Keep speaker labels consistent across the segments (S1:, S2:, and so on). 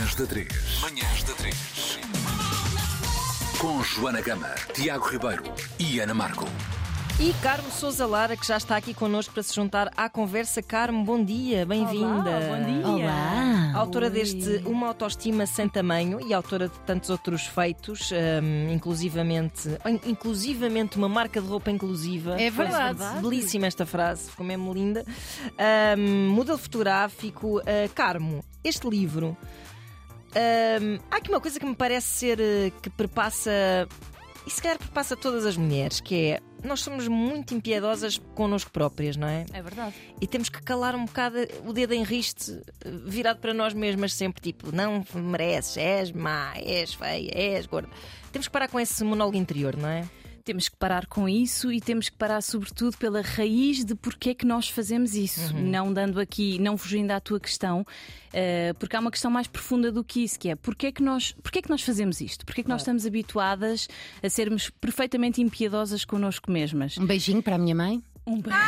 S1: Manhãs da 3. Manhãs da 3. Com Joana Gama, Tiago Ribeiro e Ana Marco.
S2: E Carmo Sousa Lara, que já está aqui connosco para se juntar à conversa. Carmo, bom dia, bem-vinda.
S3: Olá, bom dia.
S4: Olá.
S2: Autora deste Uma Autoestima Sem Tamanho e autora de tantos outros feitos, inclusivamente uma marca de roupa inclusiva.
S4: É verdade.
S2: Belíssima esta frase, ficou mesmo linda. Modelo fotográfico. Carmo, este livro, há aqui uma coisa que me parece ser que perpassa, e se calhar perpassa todas as mulheres, que é: nós somos muito impiedosas connosco próprias, não é?
S3: É verdade.
S2: E temos que calar um bocado o dedo em riste, virado para nós mesmas, sempre tipo: não mereces, és má, és feia, és gorda. Temos que parar com esse monólogo interior, não é?
S3: Temos que parar com isso e temos que parar sobretudo pela raiz de porque é que nós fazemos isso. Não dando aqui, não fugindo à tua questão, porque há uma questão mais profunda do que isso, que é porque é que nós fazemos isto? Porque é que nós estamos habituadas a sermos perfeitamente impiedosas connosco mesmas?
S4: Um beijinho para a minha mãe.
S3: Um beijo.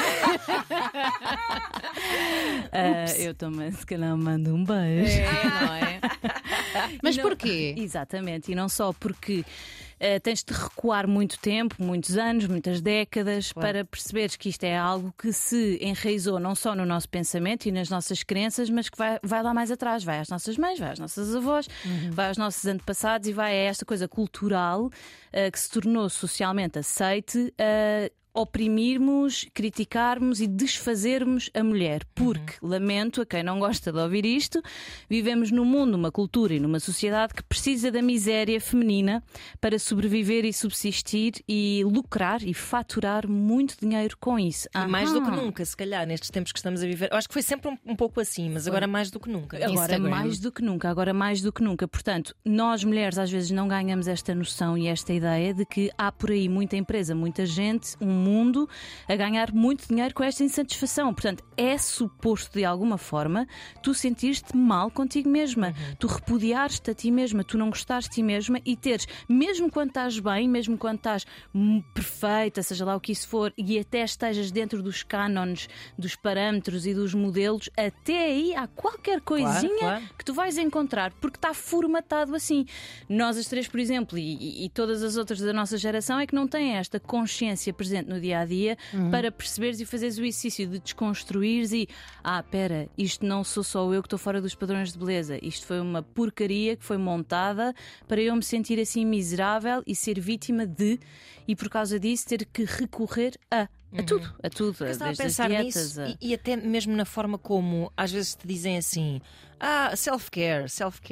S3: Eu também, se calhar, mando um beijo.
S4: Não é? Mas porquê?
S3: Exatamente, e não só porque tens de recuar muito tempo, muitos anos, muitas décadas, para perceberes que isto é algo que se enraizou não só no nosso pensamento e nas nossas crenças, mas que vai lá mais atrás, vai às nossas mães, vai às nossas avós, vai aos nossos antepassados e vai a esta coisa cultural que se tornou socialmente aceite. Oprimirmos, criticarmos e desfazermos a mulher. Porque, lamento a quem não gosta de ouvir isto, vivemos num mundo, numa cultura e numa sociedade que precisa da miséria feminina para sobreviver e subsistir e lucrar e faturar muito dinheiro com isso.
S2: E mais do que nunca, se calhar, nestes tempos que estamos a viver. Eu acho que foi sempre um pouco assim, mas agora mais do que nunca.
S3: Agora mais do que nunca. Portanto, nós mulheres às vezes não ganhamos esta noção e esta ideia de que há por aí muita empresa, muita gente, um mundo a ganhar muito dinheiro com esta insatisfação. Portanto, é suposto de alguma forma tu sentires-te mal contigo mesma, tu repudiares-te a ti mesma, tu não gostares de ti mesma e teres, mesmo quando estás bem, mesmo quando estás perfeita, seja lá o que isso for, e até estejas dentro dos cânones, dos parâmetros e dos modelos, até aí há qualquer coisinha que tu vais encontrar, porque está formatado assim. Nós as três, por exemplo, e todas as outras da nossa geração, é que não têm esta consciência presente no dia-a-dia para perceberes e fazeres o exercício de desconstruires e espera, isto não sou só eu que estou fora dos padrões de beleza, isto foi uma porcaria que foi montada para eu me sentir assim miserável e ser vítima de, e por causa disso ter que recorrer a tudo,
S2: Estava a
S3: desde as
S2: pensar
S3: dietas
S2: nisso e até mesmo na forma como às vezes te dizem assim: self-care.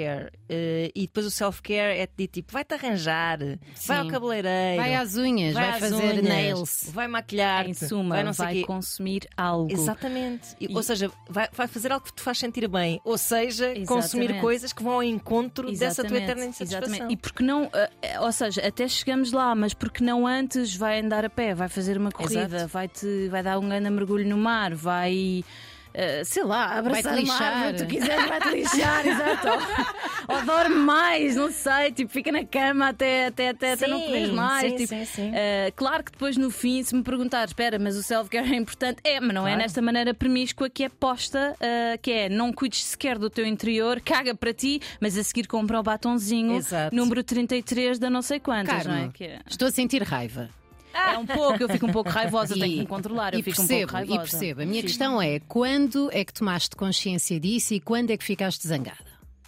S2: E depois o self-care é de tipo: vai-te arranjar, vai ao cabeleireiro,
S4: Vai às unhas, vai
S2: às
S4: fazer
S2: unhas,
S4: nails,
S2: vai maquilhar-te,
S3: em suma,
S2: não sei
S3: vai
S2: quê.
S3: consumir algo.
S2: Exatamente. Ou seja, vai fazer algo que te faz sentir bem. Ou seja, consumir
S3: Exatamente.
S2: coisas que vão ao encontro dessa tua eterna insatisfação.
S3: Exatamente. E porque não, ou seja, até chegamos lá, mas porque não antes vai andar a pé, vai fazer uma corrida, vai dar um grande mergulho no mar, vai. Sei lá, abraçar
S4: Vai-te
S3: uma árvore,
S4: lixar.
S3: tu quiseres, vai-te lixar, exato. Ou dorme mais, não sei, tipo, fica na cama até não poderes mais.
S2: Sim.
S3: Claro que depois no fim, se me perguntares, espera, mas o self-care é importante, mas não é nesta maneira promíscua que é posta, que é: não cuides sequer do teu interior, caga para ti, mas a seguir compra o batonzinho número 33 da não sei quantas,
S4: Carmo,
S3: não é?
S4: estou a sentir raiva.
S3: É um pouco, eu fico um pouco raivosa, tenho que me controlar, eu fico um pouco raivosa.
S4: E percebo. A minha questão é: quando é que tomaste consciência disso e quando é que ficaste zangada?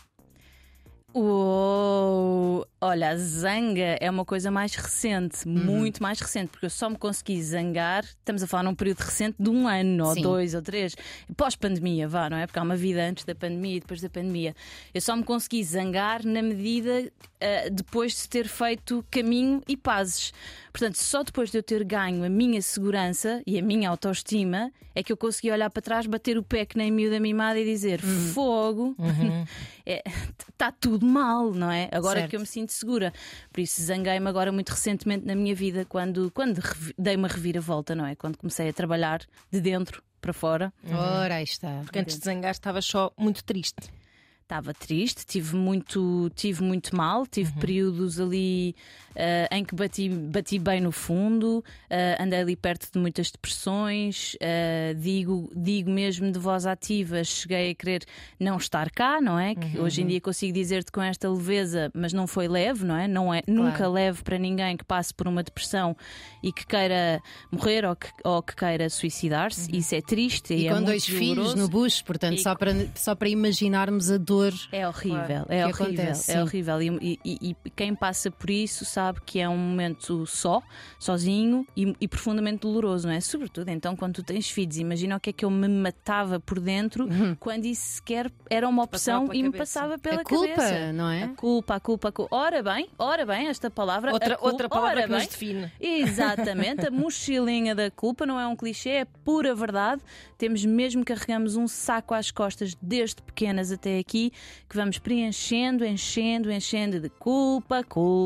S3: Olha, a zanga é uma coisa mais recente, muito mais recente, porque eu só me consegui zangar, estamos a falar num período recente de 1 ano, ou 2 ou 3, pós-pandemia, não é? Porque há uma vida antes da pandemia e depois da pandemia. Eu só me consegui zangar na medida depois de ter feito caminho e pazes. Portanto, só depois de eu ter ganho a minha segurança e a minha autoestima é que eu consegui olhar para trás, bater o pé que nem miúda mimada e dizer: fogo, está tudo mal, não é? Agora que eu me sinto segura. Por isso zanguei-me agora muito recentemente na minha vida, quando dei uma reviravolta, não é? Quando comecei a trabalhar de dentro para fora.
S4: Ora, aí está.
S2: Porque antes de zangar estavas só muito triste.
S3: Estava triste, tive muito mal, tive períodos ali em que bati bem no fundo, andei ali perto de muitas depressões, digo mesmo de voz ativa, cheguei a querer não estar cá, não é? Que hoje em dia consigo dizer-te com esta leveza, mas não foi leve, não é? Nunca leve para ninguém que passe por uma depressão e que queira morrer ou que queira suicidar-se. Isso é triste
S4: e
S3: é
S4: com 2 filhos no bucho, portanto, só para imaginarmos a dor.
S3: É horrível, é horrível,
S4: acontece,
S3: é horrível. E quem passa por isso sabe que é um momento sozinho e profundamente doloroso, não é? Sobretudo então quando tu tens filhos. Imagina o que é que eu me matava por dentro quando isso sequer era uma opção e me passava pela cabeça.
S4: A culpa, não é?
S3: A culpa. Ora bem, esta palavra.
S2: Outra palavra que nos define.
S3: Exatamente, a mochilinha da culpa não é um clichê, é pura verdade. Temos mesmo, carregamos um saco às costas desde pequenas até aqui, que vamos preenchendo de culpa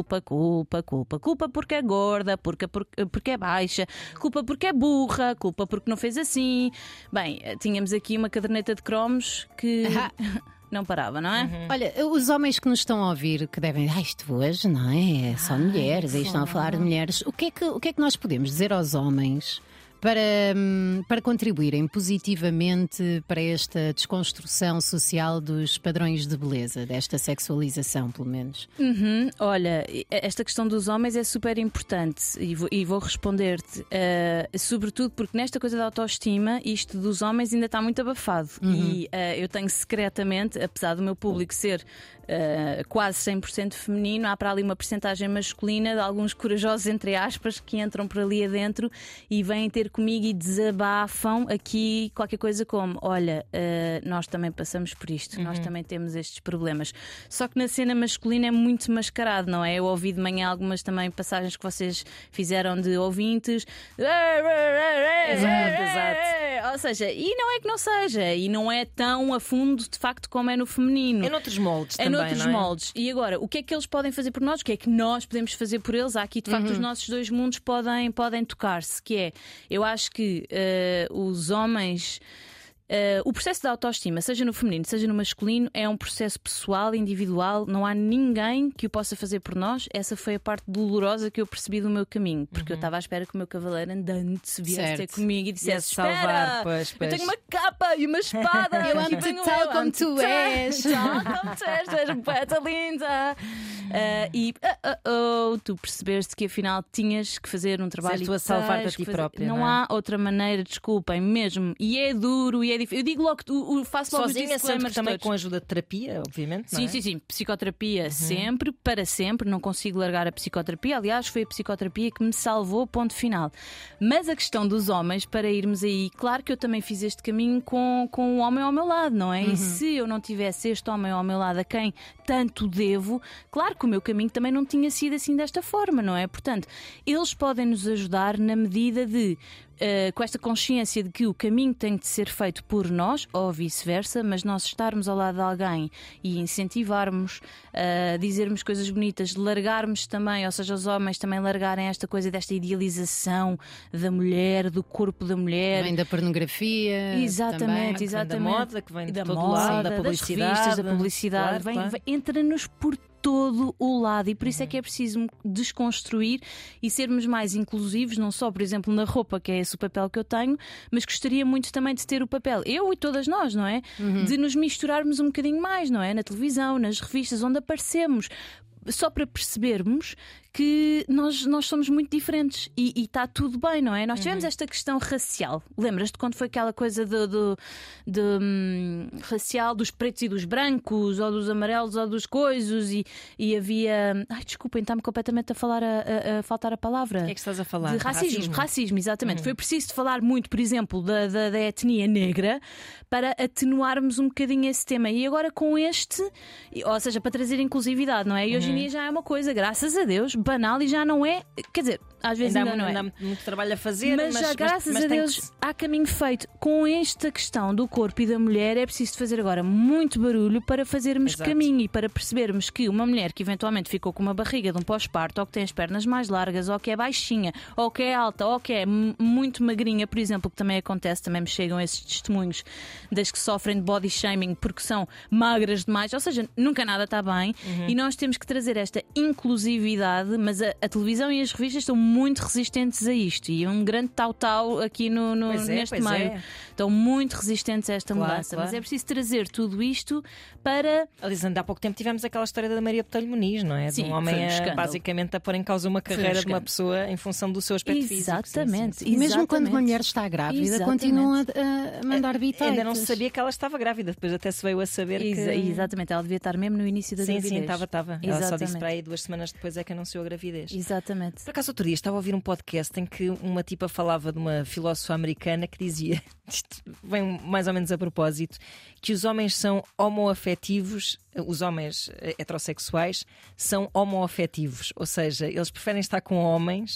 S3: porque é gorda, porque é baixa, culpa porque é burra, culpa porque não fez assim. Bem, tínhamos aqui uma caderneta de cromos que não parava, não é?
S4: Olha, os homens que nos estão a ouvir, que devem, isto hoje não é só mulheres, aí estão a falar de mulheres. O que é que nós podemos dizer aos homens para contribuírem positivamente para esta desconstrução social dos padrões de beleza, desta sexualização, pelo menos?
S3: Olha, esta questão dos homens é super importante e vou responder-te, sobretudo porque nesta coisa da autoestima, isto dos homens ainda está muito abafado. E eu tenho secretamente, apesar do meu público ser quase 100% feminino, há para ali uma percentagem masculina de alguns corajosos, entre aspas, que entram por ali adentro e vêm ter comigo e desabafam aqui qualquer coisa como: olha, nós também passamos por isto, nós também temos estes problemas. Só que na cena masculina é muito mascarado, não é? Eu ouvi de manhã algumas também passagens que vocês fizeram de ouvintes.
S2: Exato.
S3: Ou seja, e não é que não seja, e não é tão a fundo de facto como é no feminino.
S2: É noutros moldes também.
S3: Noutros moldes. E agora, o que é que eles podem fazer por nós? O que é que nós podemos fazer por eles? Há aqui, de facto, os nossos dois mundos podem tocar-se. Que é, eu acho que os homens. O processo da autoestima, seja no feminino, seja no masculino, é um processo pessoal, individual. Não há ninguém que o possa fazer por nós. Essa foi a parte dolorosa que eu percebi do meu caminho, porque eu estava à espera que o meu cavaleiro andante viesse ter comigo e dissesse:
S2: salvar,
S3: espera,
S2: pois.
S3: eu tenho uma capa e uma espada.
S4: Eu amo-te tal como tu és.
S3: Tal como tu és, tu és uma poeta linda. Tu percebeste que afinal tinhas que fazer um trabalho.
S2: Disseste tu a salvar-te a ti própria.
S3: Não há outra maneira, desculpem, mesmo. E é duro e é difícil. Eu digo logo que faço logo
S2: sozinha, sempre também com a ajuda de terapia, obviamente.
S3: Sim. Psicoterapia sempre, para sempre. Não consigo largar a psicoterapia. Aliás, foi a psicoterapia que me salvou, ponto final. Mas a questão dos homens, para irmos aí, claro que eu também fiz este caminho com um homem ao meu lado, não é? E se eu não tivesse este homem ao meu lado a quem tanto devo, claro que o meu caminho também não tinha sido assim desta forma, não é? Portanto, eles podem nos ajudar na medida de com esta consciência de que o caminho tem de ser feito por nós ou vice-versa, mas nós estarmos ao lado de alguém e incentivarmos, dizermos coisas bonitas, largarmos também, ou seja, os homens também largarem esta coisa desta idealização da mulher, do corpo da mulher.
S4: Vem da pornografia.
S3: Exatamente.
S2: Da moda, que vem de todo
S3: moda,
S2: lado, da publicidade.
S3: Das revistas, da publicidade.
S2: Claro.
S3: Entra-nos por todo o lado e por isso é que é preciso desconstruir e sermos mais inclusivos, não só, por exemplo, na roupa, que é esse o papel que eu tenho, mas gostaria muito também de ter o papel, eu e todas nós, não é? De nos misturarmos um bocadinho mais, não é? Na televisão, nas revistas, onde aparecemos, só para percebermos que nós somos muito diferentes e está tudo bem, não é? Nós tivemos esta questão racial. Lembras-te quando foi aquela coisa racial dos pretos e dos brancos, ou dos amarelos ou dos coisos, e havia. Ai, desculpem, está-me completamente a faltar a palavra.
S2: O que é que estás a falar?
S3: De racismo, exatamente. Foi preciso falar muito, por exemplo, da etnia negra para atenuarmos um bocadinho esse tema. E agora com este, ou seja, para trazer inclusividade, não é? E hoje em dia já é uma coisa, graças a Deus, banal e já não é. Quer dizer, às vezes ainda não é.
S2: Ainda há muito trabalho a fazer,
S3: Mas já, graças a Deus, há caminho feito. Com esta questão do corpo e da mulher, é preciso fazer agora muito barulho para fazermos caminho e para percebermos que uma mulher que eventualmente ficou com uma barriga de um pós-parto, ou que tem as pernas mais largas, ou que é baixinha, ou que é alta, ou que é muito magrinha, por exemplo, que também acontece, também me chegam esses testemunhos das que sofrem de body shaming porque são magras demais, ou seja, nunca nada está bem. E nós temos que trazer esta inclusividade, mas a televisão e as revistas estão muito resistentes a isto, e um grande tal aqui neste meio. Estão muito resistentes a esta mudança, mas é preciso trazer tudo isto para...
S2: Aliás, há pouco tempo tivemos aquela história da Maria Botelho Muniz, não é?
S3: Sim,
S2: de um homem basicamente a pôr em causa uma carreira de uma pessoa em função do seu aspecto físico.
S3: Exatamente.
S4: E mesmo quando uma mulher está grávida, continuam a mandar bitoites.
S2: Ainda não se sabia que ela estava grávida, depois até se veio a saber que...
S3: Exatamente, ela devia estar mesmo no início da gravidez.
S2: Sim, estava. Ela só disse para aí 2 semanas depois é que anunciou a gravidez.
S3: Exatamente.
S2: Por acaso, outro dia estava a ouvir um podcast em que uma tipa falava de uma filósofa americana que dizia, isto vem mais ou menos a propósito, que os homens são homoafetivos, os homens heterossexuais são homoafetivos, ou seja, eles preferem estar com homens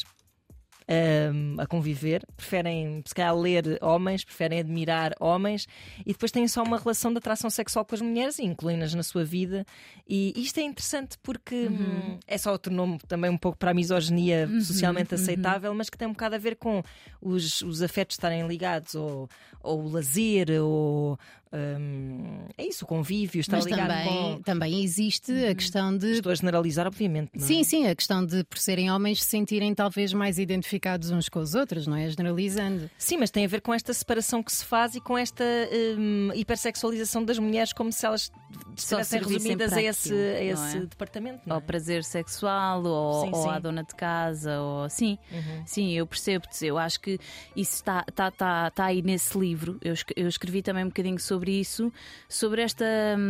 S2: a conviver, preferem se calhar ler homens, preferem admirar homens, e depois têm só uma relação de atração sexual com as mulheres e incluem-nas na sua vida. E isto é interessante porque é só outro nome também um pouco para a misoginia socialmente aceitável, mas que tem um bocado a ver com os afetos estarem ligados ou o lazer ou é isso, o convívio está ligado com...
S4: Também existe a questão de...
S2: Estou a generalizar, obviamente, não é?
S4: Sim, a questão de, por serem homens, se sentirem talvez mais identificados uns com os outros, não é? Generalizando.
S2: Sim, mas tem a ver com esta separação que se faz e com esta hipersexualização das mulheres, como se elas estivessem resumidas a esse departamento, não é?
S3: Ao prazer sexual, ou à dona de casa, ou... Sim, eu percebo-te. Eu acho que isso está aí nesse livro. Eu escrevi também um bocadinho sobre isso, sobre esta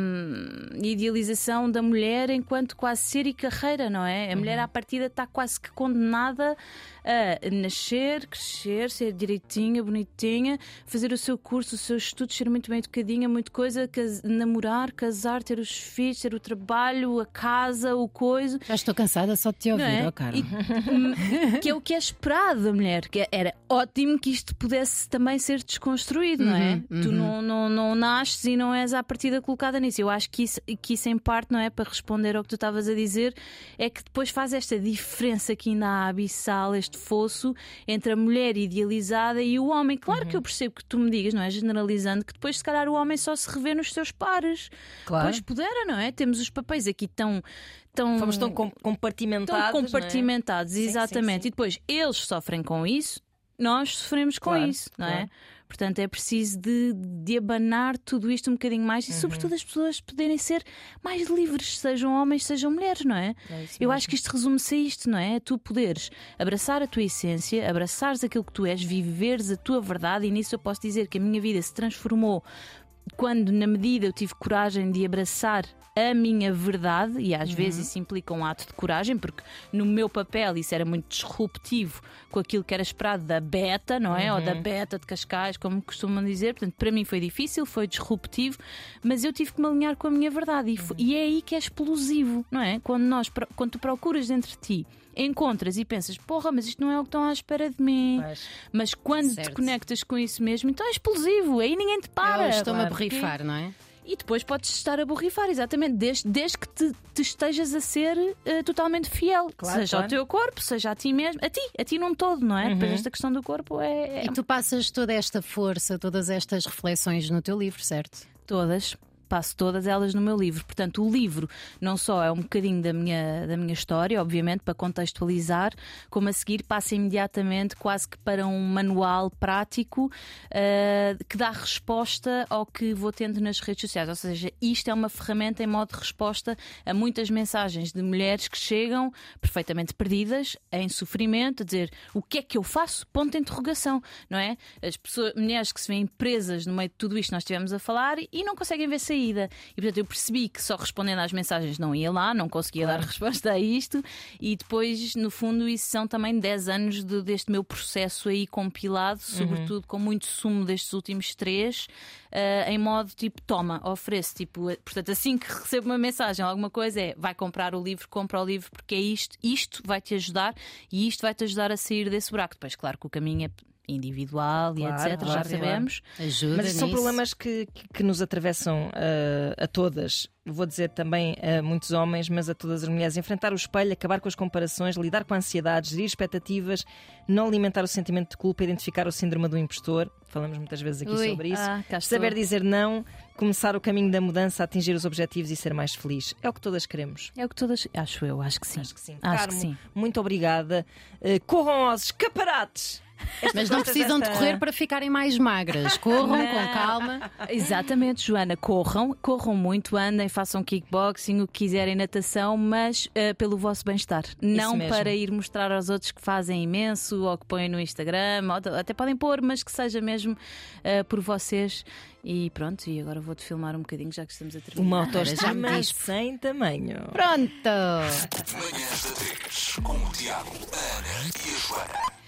S3: idealização da mulher enquanto quase ser e carreira, não é? A mulher à partida está quase que condenada a nascer, crescer, ser direitinha, bonitinha, fazer o seu curso, os seus estudos, ser muito bem educadinha, muita coisa, namorar, casar, ter os filhos, ter o trabalho, a casa, o coiso.
S4: Já estou cansada só de te ouvir, Carla.
S3: Que é o que é esperado da mulher, que era ótimo que isto pudesse também ser desconstruído, não é? Tu não nasces e não és à partida colocada nisso. Eu acho que isso em parte, não é, para responder ao que tu estavas a dizer, é que depois faz esta diferença que ainda há abissal, este fosso entre a mulher idealizada e o homem. Claro que eu percebo que tu me digas, não é, generalizando, que depois se calhar o homem só se revê nos seus pares.
S2: Claro.
S3: Pois pudera, não é? Temos os papéis aqui tão
S2: compartimentados.
S3: Tão compartimentados,
S2: não é?
S3: Exatamente.
S2: Sim.
S3: E depois eles sofrem com isso, nós sofremos com isso, não é? Portanto, é preciso de abanar tudo isto um bocadinho mais e, sobretudo, as pessoas poderem ser mais livres, sejam homens, sejam mulheres, não é? Eu acho que isto resume-se a isto, não é? Tu poderes abraçar a tua essência, abraçares aquilo que tu és, viveres a tua verdade, e nisso eu posso dizer que a minha vida se transformou quando, na medida, eu tive coragem de abraçar a minha verdade, e às vezes isso implica um ato de coragem, porque no meu papel isso era muito disruptivo com aquilo que era esperado da beta, não é? Ou da beta de Cascais, como costumam dizer. Portanto, para mim foi difícil, foi disruptivo, mas eu tive que me alinhar com a minha verdade, e é aí que é explosivo, não é? Quando tu procuras dentro de ti, encontras e pensas, porra, mas isto não é o que estão à espera de mim. Mas quando te conectas com isso mesmo, então é explosivo, aí ninguém te para.
S4: Estou-me a borrifar, não é?
S3: E depois podes estar a borrifar, exatamente, desde que te estejas a ser totalmente fiel, seja ao teu corpo, seja a ti mesmo, a ti num todo, não é? Depois esta questão do corpo é...
S4: E tu passas toda esta força, todas estas reflexões no teu livro, certo?
S3: Todas. Passo todas elas no meu livro. Portanto, o livro não só é um bocadinho da minha história, obviamente, para contextualizar, como a seguir passa imediatamente quase que para um manual prático que dá resposta ao que vou tendo nas redes sociais. Ou seja, isto é uma ferramenta em modo de resposta a muitas mensagens de mulheres que chegam perfeitamente perdidas, em sofrimento, a dizer o que é que eu faço? Ponto de interrogação, não é? As mulheres que se veem presas no meio de tudo isto que nós estivemos a falar e não conseguem ver saída. saída. E portanto eu percebi que só respondendo às mensagens não ia lá, não conseguia dar resposta a isto. E depois, no fundo, isso são também 10 anos deste meu processo aí compilado, sobretudo com muito sumo destes últimos 3, em modo tipo, toma, ofereço. Tipo, portanto, assim que recebo uma mensagem, alguma coisa, vai comprar o livro, compra o livro, porque é isto vai-te ajudar e isto vai-te ajudar a sair desse buraco. Depois, claro que o caminho é individual e etc, já sabemos.
S4: Ajuda
S2: Mas são
S4: nisso.
S2: problemas que nos atravessam a todas. Vou dizer também a muitos homens, mas a todas as mulheres. Enfrentar o espelho, acabar com as comparações, lidar com a ansiedade, gerir expectativas, não alimentar o sentimento de culpa, identificar o síndrome do impostor. Falamos muitas vezes aqui sobre isso. Saber dizer não, começar o caminho da mudança, atingir os objetivos e ser mais feliz. É o que todas queremos.
S3: É o que todas. Acho que sim.
S2: Acho que sim.
S3: Acho
S2: Carmo,
S3: que sim.
S2: muito obrigada. Corram aos escaparates!
S4: Mas não precisam de correr para ficarem mais magras. Corram com calma.
S3: Exatamente, Joana, corram muito, andem, façam kickboxing, o que quiserem, natação, mas pelo vosso bem-estar. Não
S2: mesmo.
S3: para ir mostrar aos outros que fazem imenso ou que põem no Instagram, ou até podem pôr, mas que seja mesmo por vocês. E pronto, e agora vou-te filmar um bocadinho, já que estamos a terminar.
S2: Uma
S4: já me
S2: autoestima
S4: disse.
S2: sem tamanho.
S4: Pronto.
S1: Manhãs da 3, com o Tiago, a Ana e a Joana.